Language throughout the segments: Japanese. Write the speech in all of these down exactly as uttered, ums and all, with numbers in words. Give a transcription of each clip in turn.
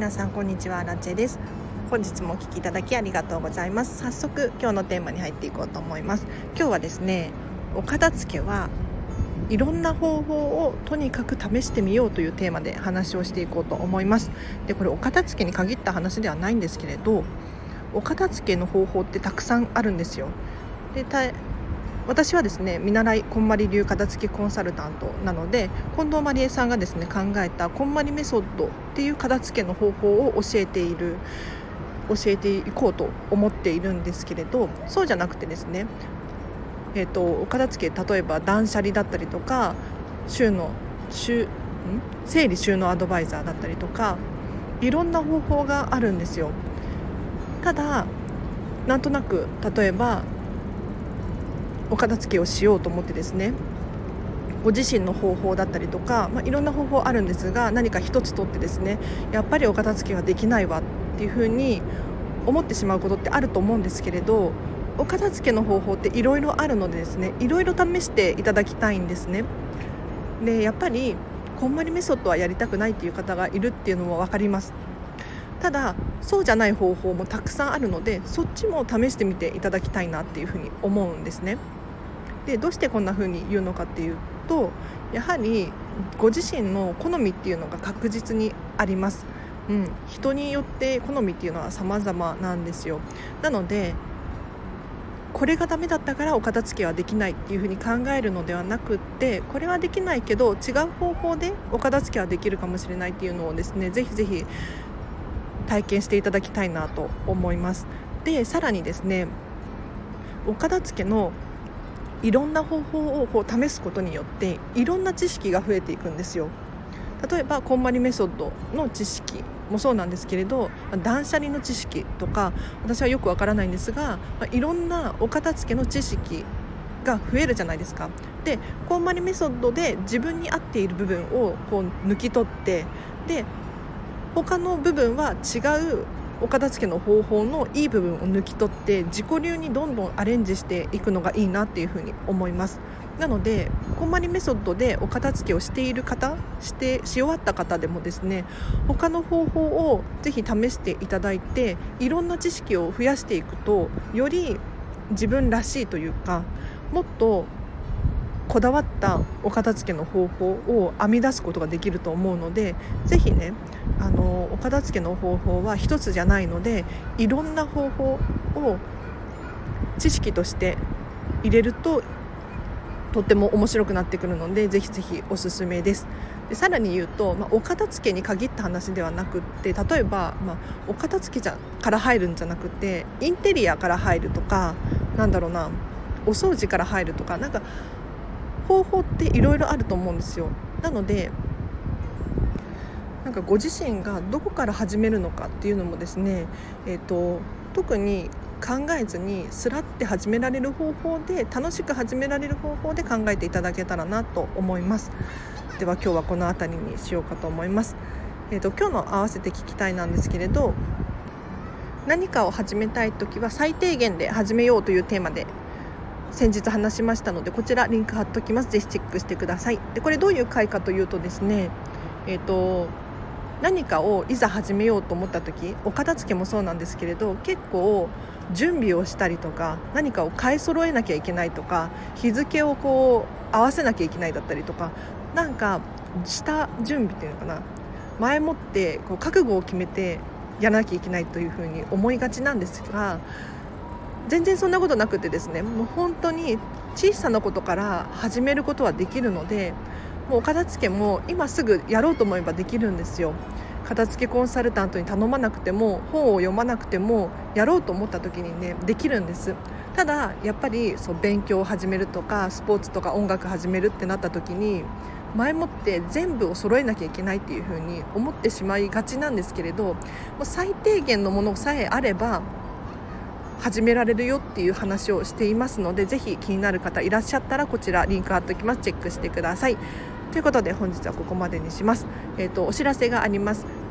皆さんこんにちは、ラチェです。本日もお聞きいただきありがとうございます。早速今日のテーマに入っていこうと思います。今日はですね、お片付けはいろんな方法をとにかく試してみようというテーマで話をしていこうと思います。で、これお片付けに限った話ではないんですけれど、お片付けの方法ってたくさんあるんですよ。でた私はですね、見習いこんまり流片付けコンサルタントなので、近藤まりえさんがですね考えたこんまりメソッドっていう片付けの方法を教えている教えていこうと思っているんですけれど、そうじゃなくてですね、えーと、お片付け、例えば断捨離だったりとか、収納収ん整理収納アドバイザーだったりとか、いろんな方法があるんですよ。ただなんとなく例えばお片付けをしようと思ってですね、ご自身の方法だったりとか、まあ、いろんな方法あるんですが、何か一つとってですね、やっぱりお片付けはできないわっていうふうに思ってしまうことってあると思うんですけれど、お片付けの方法っていろいろあるのでですね、いろいろ試していただきたいんですね。でやっぱりこんまりメソッドはやりたくないっていう方がいるっていうのも分かります。ただそうじゃない方法もたくさんあるので、そっちも試してみていただきたいなっていうふうに思うんですね。でどうしてこんな風に言うのかっていうと、やはりご自身の好みっていうのが確実にあります、うん、人によって好みっていうのは様々なんですよ。なのでこれがダメだったからお片付けはできないっていう風に考えるのではなくって、これはできないけど違う方法でお片付けはできるかもしれないっていうのをですね、ぜひぜひ体験していただきたいなと思います。でさらにですね、お片付けのいろんな方法をこう試すことによっていろんな知識が増えていくんですよ。例えばこんまりメソッドの知識もそうなんですけれど、断捨離の知識とか、私はよくわからないんですが、いろんなお片付けの知識が増えるじゃないですか。でこんまりメソッドで自分に合っている部分をこう抜き取って、で他の部分は違うお片付けの方法のいい部分を抜き取って自己流にどんどんアレンジしていくのがいいなっていうふうに思います。なのでこんまりメソッドでお片付けをしている方、してし終わった方でもですね、他の方法をぜひ試していただいて、いろんな知識を増やしていくと、より自分らしいというか、もっとこだわったお片付けの方法を編み出すことができると思うので、ぜひね、あのお片付けの方法は一つじゃないので、いろんな方法を知識として入れるととっても面白くなってくるので、ぜひぜひおすすめです。でさらに言うと、まあ、お片付けに限った話ではなくって、例えば、まあ、お片付けじゃから入るんじゃなくて、インテリアから入るとか、なんだろうな、お掃除から入るとか、なんか方法っていろいろあると思うんですよ。なのでなんかご自身がどこから始めるのかっていうのもですね、えーと、特に考えずにスラって始められる方法で、楽しく始められる方法で考えていただけたらなと思います。では今日はこのあたりにしようかと思います。えーと、今日の合わせて聞きたいなんですけれど、何かを始めたいときは最低限で始めようというテーマで先日話しましたので、こちらリンク貼っときます。ぜひチェックしてください。でこれどういう回かというとですね、えーと何かをいざ始めようと思った時、お片付けもそうなんですけれど、結構準備をしたりとか、何かを買い揃えなきゃいけないとか、日付をこう合わせなきゃいけないだったりとか、なんかした準備っていうのかな、前もってこう覚悟を決めてやらなきゃいけないというふうに思いがちなんですが、全然そんなことなくてですね、もう本当に小さなことから始めることはできるので、もうお片付けも今すぐやろうと思えばできるんですよ。片付けコンサルタントに頼まなくても、本を読まなくても、やろうと思った時にねできるんです。ただやっぱりそう勉強を始めるとか、スポーツとか音楽始めるってなった時に、前もって全部を揃えなきゃいけないっていう風に思ってしまいがちなんですけれど、もう最低限のものさえあれば始められるよっていう話をしていますので、ぜひ気になる方いらっしゃったらこちらリンク貼っておきます。チェックしてください。ということで本日はここまでにします。えーと、お知らせがあります。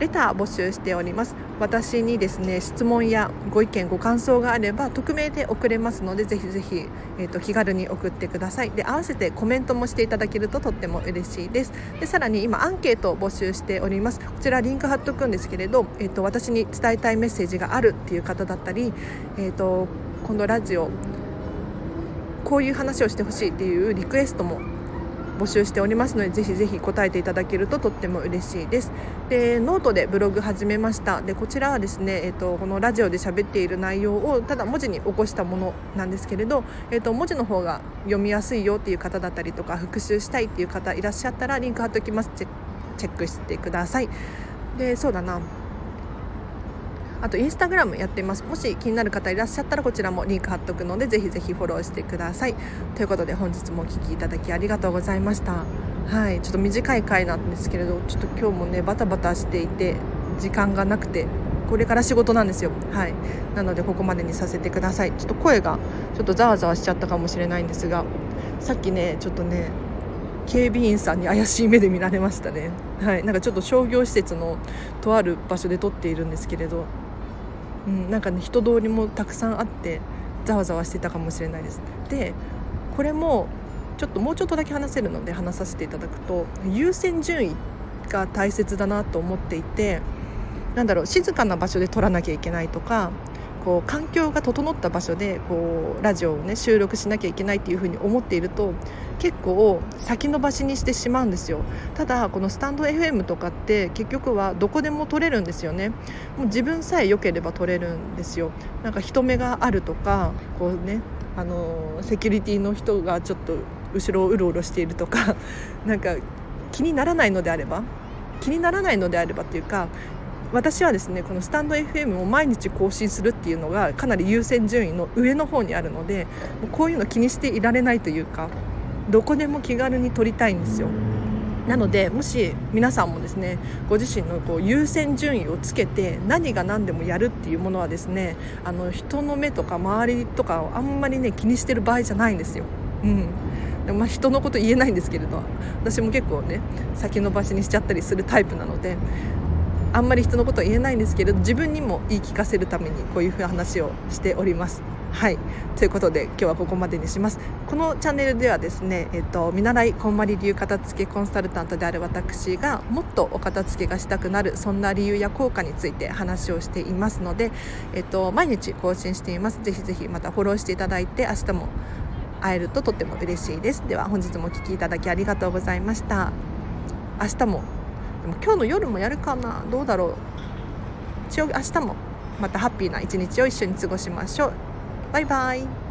レター募集しております。私にですね質問やご意見ご感想があれば匿名で送れますので、ぜひぜひ、えーと、気軽に送ってください。で合わせてコメントもしていただけるととっても嬉しいです。でさらに今アンケートを募集しております。こちらリンク貼っとくんですけれど、えーと、私に伝えたいメッセージがあるっていう方だったり、えーと、今度ラジオこういう話をしてほしいっていうリクエストも募集しておりますので、ぜひぜひ答えていただけるととっても嬉しいです。でノートでブログ始めました。でこちらはですね、えーと、このラジオで喋っている内容をただ文字に起こしたものなんですけれど、えーと、文字の方が読みやすいよっていう方だったりとか、復習したいっていう方いらっしゃったらリンク貼っておきます。チェチェックしてください。でそうだなあとインスタグラムやっています。もし気になる方いらっしゃったらこちらもリンク貼っとくので、ぜひぜひフォローしてください。ということで本日もお聞きいただきありがとうございました。はい、ちょっと短い回なんですけれど、ちょっと今日もねバタバタしていて時間がなくて、これから仕事なんですよ。はい、なのでここまでにさせてください。ちょっと声がちょっとざわざわしちゃったかもしれないんですが、さっきねちょっとね警備員さんに怪しい目で見られましたね。はい、なんかちょっと商業施設のとある場所で撮っているんですけれど、うん、なんかね人通りもたくさんあってざわざわしてたかもしれないです。でこれもちょっともうちょっとだけ話せるので話させていただくと、優先順位が大切だなと思っていて、なんだろう静かな場所で撮らなきゃいけないとか、こう環境が整った場所でこうラジオを、ね、収録しなきゃいけないっていう風に思っていると結構先延ばしにしてしまうんですよ。ただこのスタンド エフエム とかって結局はどこでも撮れるんですよね。もう自分さえ良ければ撮れるんですよ。なんか人目があるとかこうねあのセキュリティの人がちょっと後ろをうろうろしているとかなんか気にならないのであれば気にならないのであればっていうか、私はですねこのスタンド エフエム を毎日更新するっていうのがかなり優先順位の上の方にあるので、こういうの気にしていられないというか、どこでも気軽に撮りたいんですよ。なのでもし皆さんもですねご自身のこう優先順位をつけて何が何でもやるっていうものはですね、あの人の目とか周りとかをあんまりね気にしてる場合じゃないんですよ。うんでもまあ人のこと言えないんですけれど、私も結構ね先延ばしにしちゃったりするタイプなので、あんまり人のことは言えないんですけれど、自分にも言い聞かせるためにこういうふうな話をしております。はい、ということで今日はここまでにします。このチャンネルではですね、えっと、見習いこんまり流片付けコンサルタントである私がもっとお片付けがしたくなる、そんな理由や効果について話をしていますので、えっと、毎日更新しています。ぜひぜひまたフォローしていただいて明日も会えるととっても嬉しいです。では本日もお聞きいただきありがとうございました。明日もでも今日の夜もやるかな、どうだろう。一応明日もまたハッピーな一日を一緒に過ごしましょう。バイバイ。